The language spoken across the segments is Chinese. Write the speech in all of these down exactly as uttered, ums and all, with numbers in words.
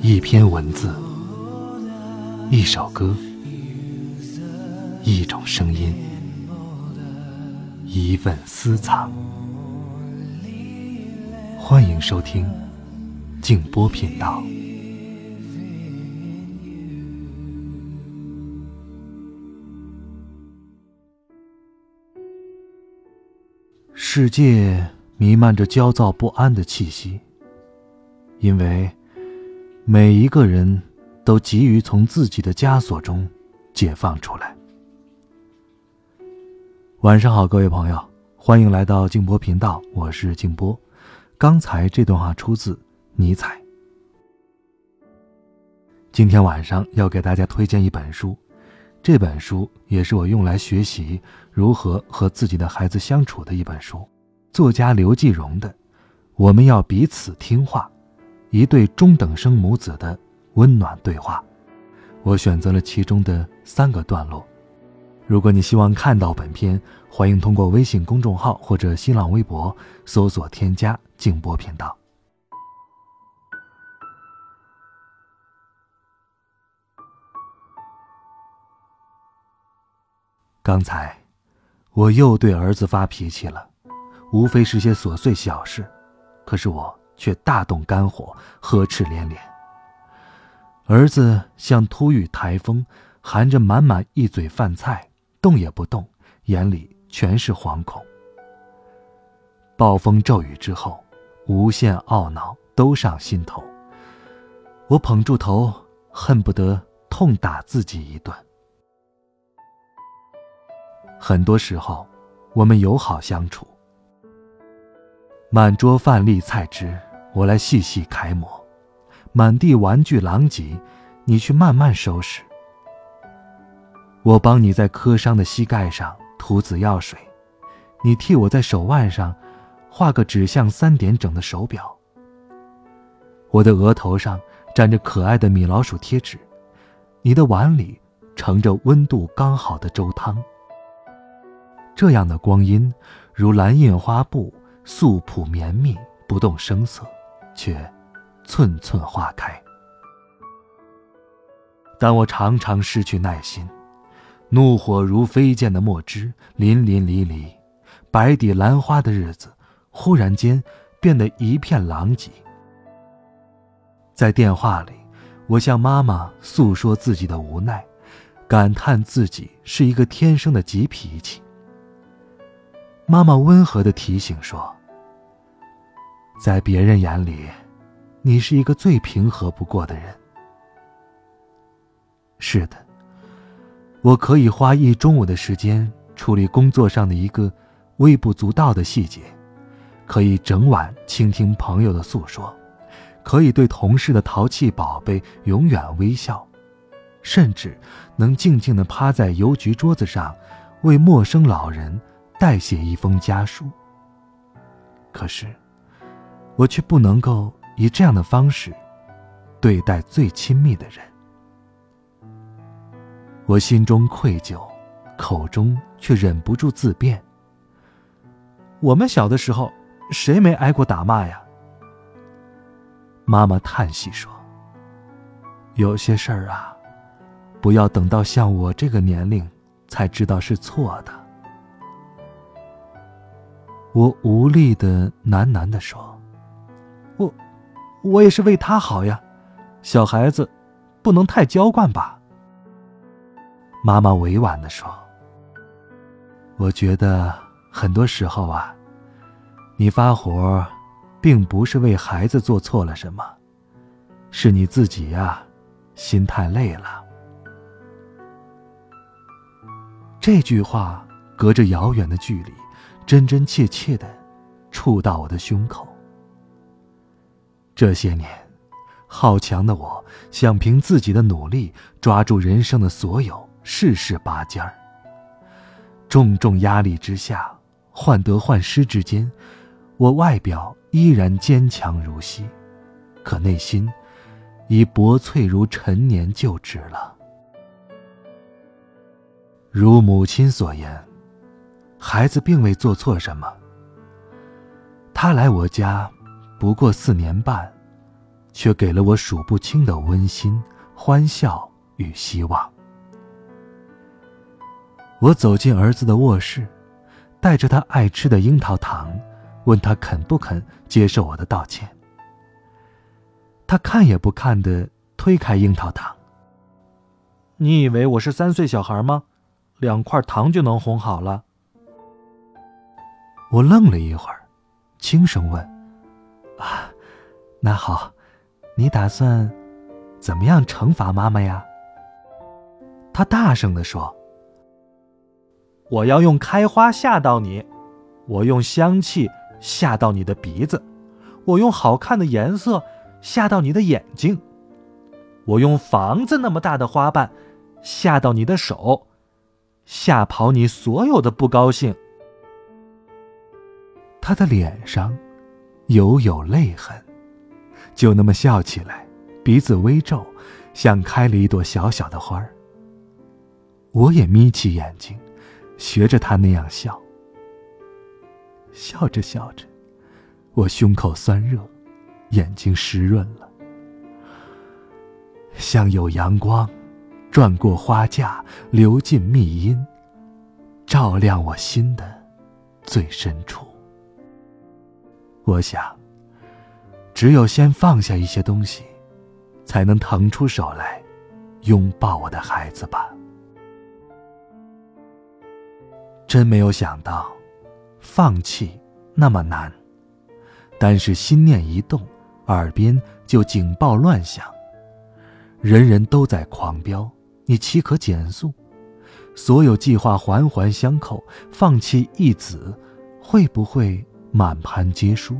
一篇文字，一首歌，一种声音，一份私藏。欢迎收听静波频道。世界弥漫着焦躁不安的气息，因为每一个人都急于从自己的枷锁中解放出来。晚上好，各位朋友，欢迎来到静波频道，我是静波。刚才这段话出自尼采。今天晚上要给大家推荐一本书，这本书也是我用来学习如何和自己的孩子相处的一本书，作家刘继荣的《我们要彼此听话》，一对中等生母子的温暖对话。我选择了其中的三个段落。如果你希望看到本篇，欢迎通过微信公众号或者新浪微博搜索添加静波频道。刚才我又对儿子发脾气了，无非是些琐碎小事，可是我却大动肝火，呵斥连连。儿子像突遇台风，含着满满一嘴饭菜，动也不动，眼里全是惶恐。暴风骤雨之后，无限懊恼都上心头，我捧住头，恨不得痛打自己一顿。很多时候我们友好相处，满桌饭粒菜汁，我来细细楷模；满地玩具狼藉，你去慢慢收拾。我帮你在磕伤的膝盖上涂紫药水，你替我在手腕上画个指向三点整的手表。我的额头上沾着可爱的米老鼠贴纸，你的碗里盛着温度刚好的粥汤。这样的光阴如蓝印花布，素朴绵密，不动声色，却寸寸花开。但我常常失去耐心，怒火如飞溅的墨汁，淋淋漓漓，白底兰花的日子忽然间变得一片狼藉。在电话里，我向妈妈诉说自己的无奈，感叹自己是一个天生的急脾气。妈妈温和地提醒说，在别人眼里，你是一个最平和不过的人。是的，我可以花一中午的时间处理工作上的一个微不足道的细节，可以整晚倾听朋友的诉说，可以对同事的淘气宝贝永远微笑，甚至能静静地趴在邮局桌子上为陌生老人代写一封家书。可是我却不能够以这样的方式对待最亲密的人。我心中愧疚，口中却忍不住自辩。我们小的时候谁没挨过打骂呀？妈妈叹息说，有些事儿啊，不要等到像我这个年龄才知道是错的。我无力地喃喃地说，我我也是为他好呀，小孩子不能太娇惯吧。妈妈委婉地说，我觉得很多时候啊，你发火并不是为孩子做错了什么，是你自己呀，心太累了。这句话隔着遥远的距离，真真切切地触到我的胸口。这些年，好强的我想凭自己的努力抓住人生的所有世事拔尖儿。重重压力之下，患得患失之间，我外表依然坚强如昔，可内心已薄脆如陈年旧纸了。如母亲所言，孩子并未做错什么。他来我家不过四年半， 却给了我数不清的温馨、欢笑与希望。我走进儿子的卧室，带着他爱吃的樱桃糖，问他肯不肯接受我的道歉。他看也不看地推开樱桃糖。你以为我是三岁小孩吗？两块糖就能哄好了？我愣了一会儿，轻声问：啊，那好，你打算怎么样惩罚妈妈呀？他大声地说：我要用开花吓到你，我用香气吓到你的鼻子，我用好看的颜色吓到你的眼睛，我用房子那么大的花瓣吓到你的手，吓跑你所有的不高兴。他的脸上犹有泪痕，就那么笑起来，鼻子微皱，像开了一朵小小的花儿。我也眯起眼睛，学着他那样笑。笑着笑着，我胸口酸热，眼睛湿润了，像有阳光转过花架，流进密荫，照亮我心的最深处。我想，只有先放下一些东西，才能腾出手来拥抱我的孩子吧。真没有想到，放弃那么难。但是心念一动，耳边就警报乱响。人人都在狂飙，你岂可减速？所有计划环环相扣，放弃一子，会不会满盘皆输？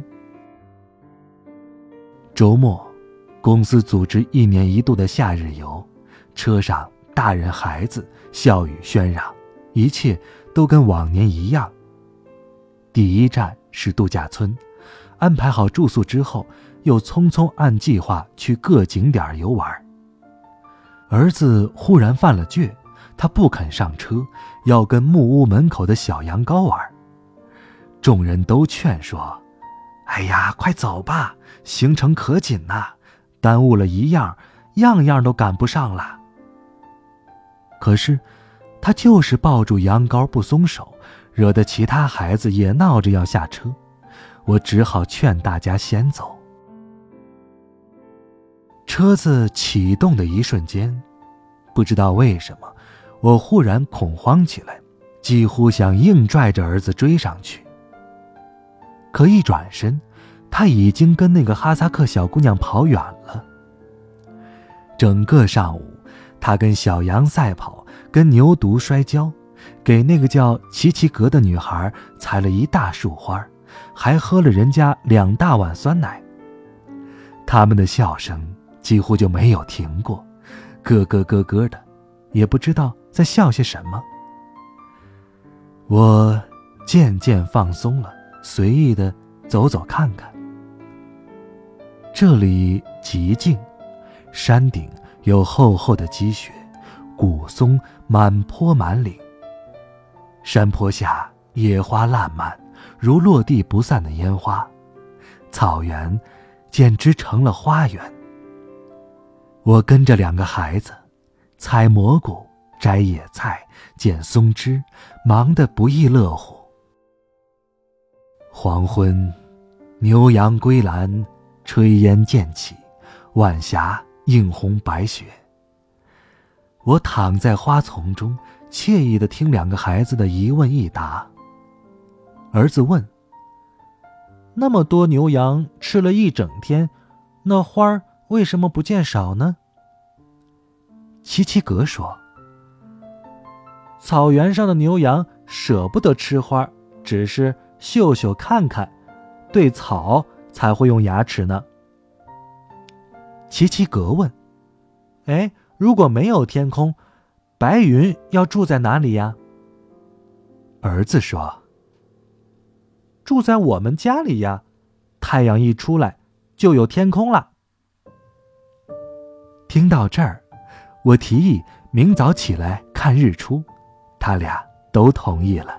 周末，公司组织一年一度的夏日游，车上大人孩子笑语喧嚷，一切都跟往年一样。第一站是度假村，安排好住宿之后，又匆匆按计划去各景点游玩。儿子忽然犯了倔，他不肯上车，要跟木屋门口的小羊羔玩。众人都劝说：哎呀，快走吧，行程可紧呐，耽误了一样，样样都赶不上了。可是他就是抱住羊羔不松手，惹得其他孩子也闹着要下车，我只好劝大家先走。车子启动的一瞬间，不知道为什么，我忽然恐慌起来，几乎想硬拽着儿子追上去。可一转身，他已经跟那个哈萨克小姑娘跑远了。整个上午，他跟小羊赛跑，跟牛犊摔跤，给那个叫齐齐格的女孩采了一大束花，还喝了人家两大碗酸奶。他们的笑声几乎就没有停过，咯咯咯咯的，也不知道在笑些什么。我渐渐放松了，随意的走走看看。这里极静，山顶有厚厚的积雪，古松满坡满岭。山坡下野花烂漫，如落地不散的烟花，草原简直成了花园。我跟着两个孩子，采蘑菇，摘野菜，捡松枝，忙得不亦乐乎。黄昏，牛羊归栏，炊烟渐起，晚霞映红白雪。我躺在花丛中，惬意地听两个孩子的一问一答。儿子问：那么多牛羊吃了一整天，那花儿为什么不见少呢？齐齐格说：草原上的牛羊舍不得吃花，只是嗅嗅看看，对草才会用牙齿呢。齐齐格问：哎，如果没有天空，白云要住在哪里呀？儿子说：住在我们家里呀，太阳一出来就有天空了。听到这儿，我提议明早起来看日出，他俩都同意了。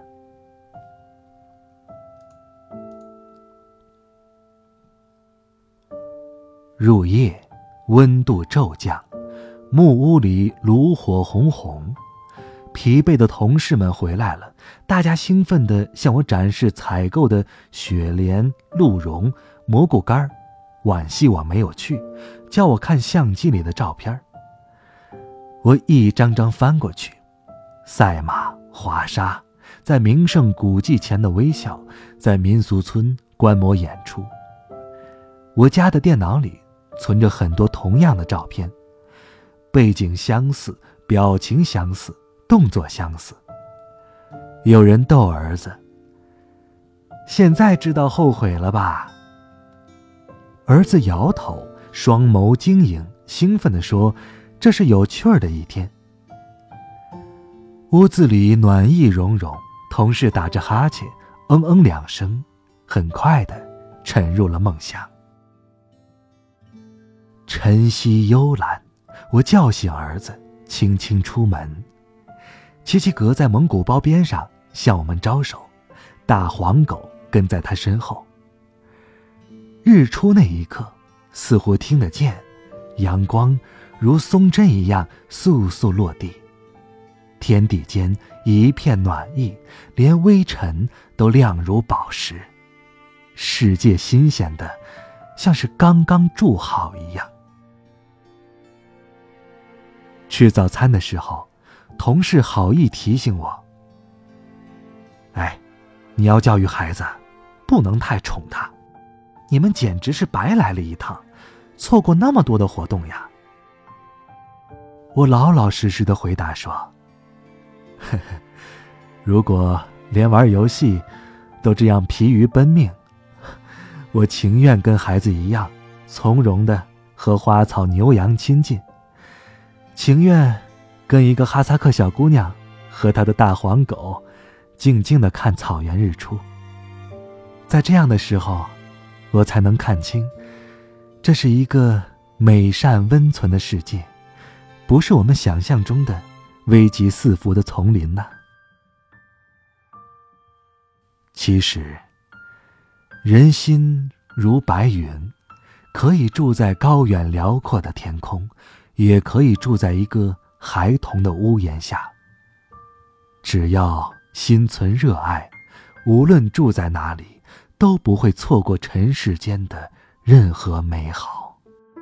入夜，温度骤降，木屋里炉火红红。疲惫的同事们回来了，大家兴奋地向我展示采购的雪莲、鹿茸、蘑菇干儿，惋惜我没有去，叫我看相机里的照片。我一张张翻过去，赛马、华沙，在名胜古迹前的微笑，在民俗村观摩演出。我家的电脑里存着很多同样的照片，背景相似，表情相似，动作相似。有人逗儿子：“现在知道后悔了吧？”儿子摇头，双眸晶莹，兴奋地说：“这是有趣儿的一天。”屋子里暖意融融，同事打着哈欠，嗯嗯两声，很快地沉入了梦乡。晨曦幽蓝，我叫醒儿子，轻轻出门。齐齐格在蒙古包边上向我们招手，大黄狗跟在他身后。日出那一刻，似乎听得见，阳光如松针一样簌簌落地，天地间一片暖意，连微尘都亮如宝石，世界新鲜的像是刚刚筑好一样。吃早餐的时候，同事好意提醒我：“哎，你要教育孩子，不能太宠他。你们简直是白来了一趟，错过那么多的活动呀。”我老老实实的回答说：“呵呵，如果连玩游戏都这样疲于奔命，我情愿跟孩子一样，从容的和花草牛羊亲近，情愿跟一个哈萨克小姑娘和她的大黄狗静静地看草原日出。在这样的时候，我才能看清，这是一个美善温存的世界，不是我们想象中的危机四伏的丛林呐。其实，人心如白云，可以住在高远辽阔的天空，也可以住在一个孩童的屋檐下。只要心存热爱，无论住在哪里，都不会错过尘世间的任何美好。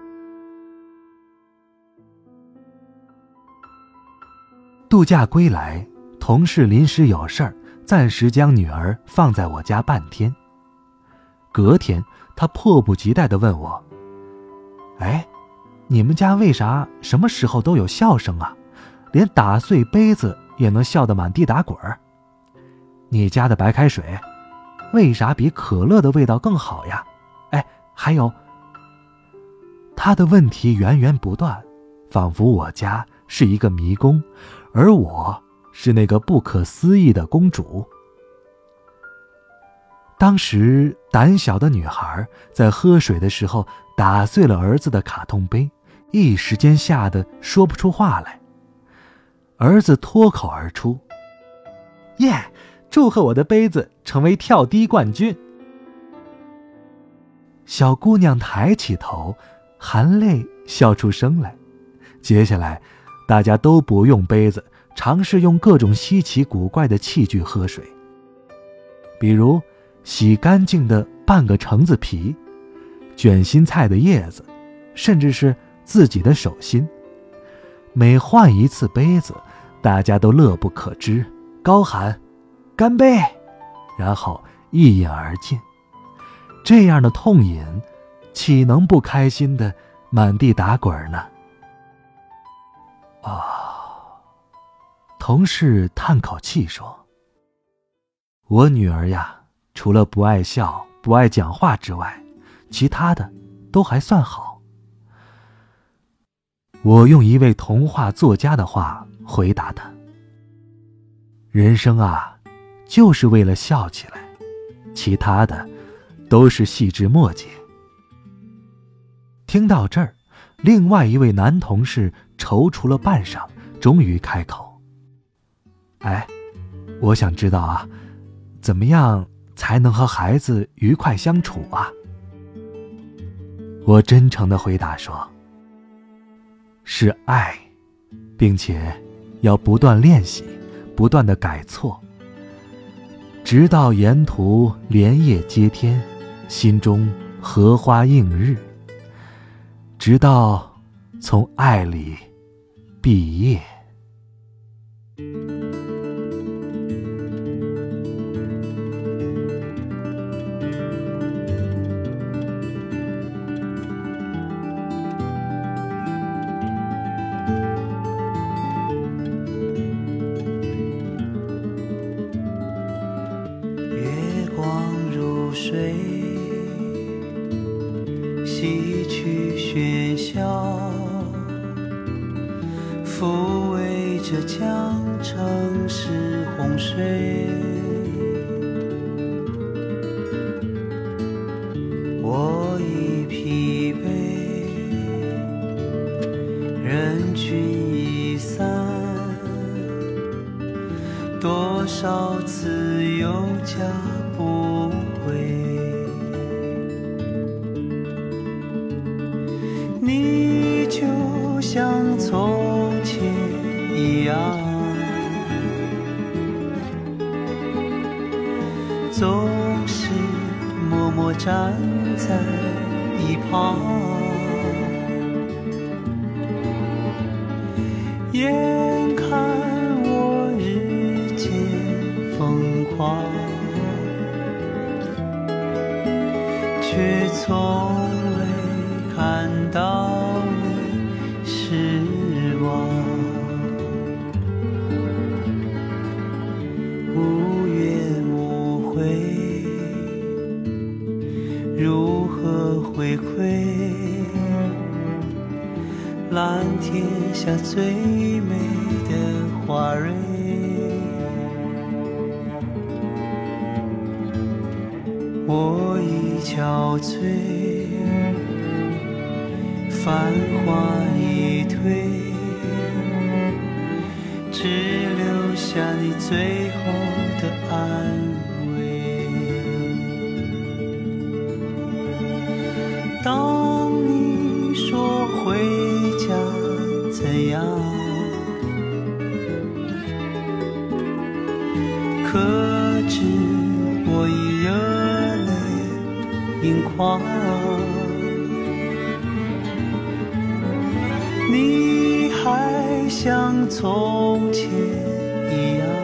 度假归来，同事临时有事儿，暂时将女儿放在我家半天。隔天，他迫不及待地问我：“哎，你们家为啥什么时候都有笑声啊？连打碎杯子也能笑得满地打滚儿。你家的白开水为啥比可乐的味道更好呀？哎，还有……”他的问题源源不断，仿佛我家是一个迷宫，而我是那个不可思议的公主。当时胆小的女孩在喝水的时候打碎了儿子的卡通杯，一时间吓得说不出话来。儿子脱口而出：“耶，祝贺我的杯子成为跳低冠军。”小姑娘抬起头，含泪笑出声来。接下来大家都不用杯子，尝试用各种稀奇古怪的器具喝水，比如洗干净的半个橙子皮，卷心菜的叶子，甚至是自己的手心。每换一次杯子，大家都乐不可支，高喊干杯，然后一饮而尽。这样的痛饮，岂能不开心的满地打滚呢？哦，同事叹口气说：“我女儿呀，除了不爱笑、不爱讲话之外，其他的都还算好。”我用一位童话作家的话回答他：“人生啊，就是为了笑起来，其他的都是细枝末节。”听到这儿，另外一位男同事踌躇了半晌，终于开口：“哎，我想知道啊，怎么样才能和孩子愉快相处啊？” 我真诚地回答说，是爱，并且要不断练习，不断地改错，直到沿途莲叶接天，心中荷花映日，直到从爱里毕业。 水洗去喧嚣，抚慰着江城市洪水。我已疲惫，人群已散，多少次有家不回，你就像从前一样，总是默默站在一旁，眼看我日渐疯狂，却从未看到你失望。无怨无悔，如何回馈蓝天下最美的花蕊？我已憔悴，繁华已退，只留下你最后的安慰。当你说回家怎样，可知我已热泪盈眶。你还像从前一样，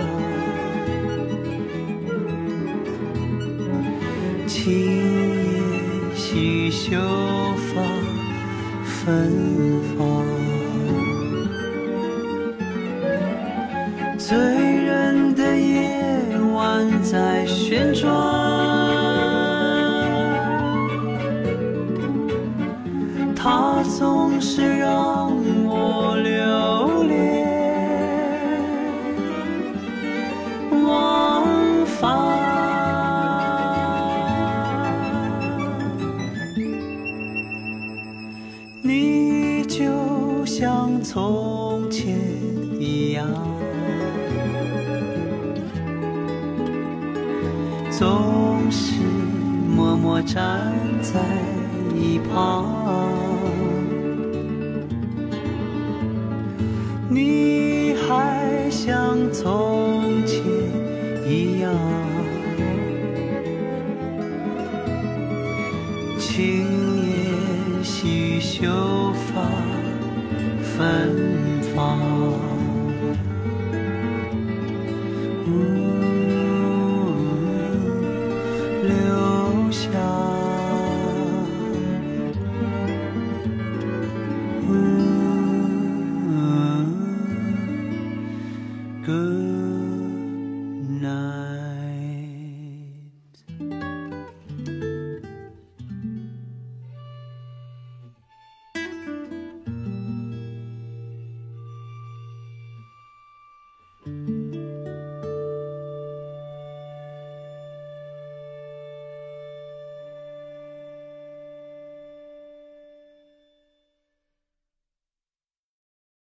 轻言细秀发芬芳，醉人的夜晚在旋转，它总是让我留恋忘返。你就像从前一样，总是默默站在一旁。你还像从前一样，轻言细秀发芬芳。留下Good night。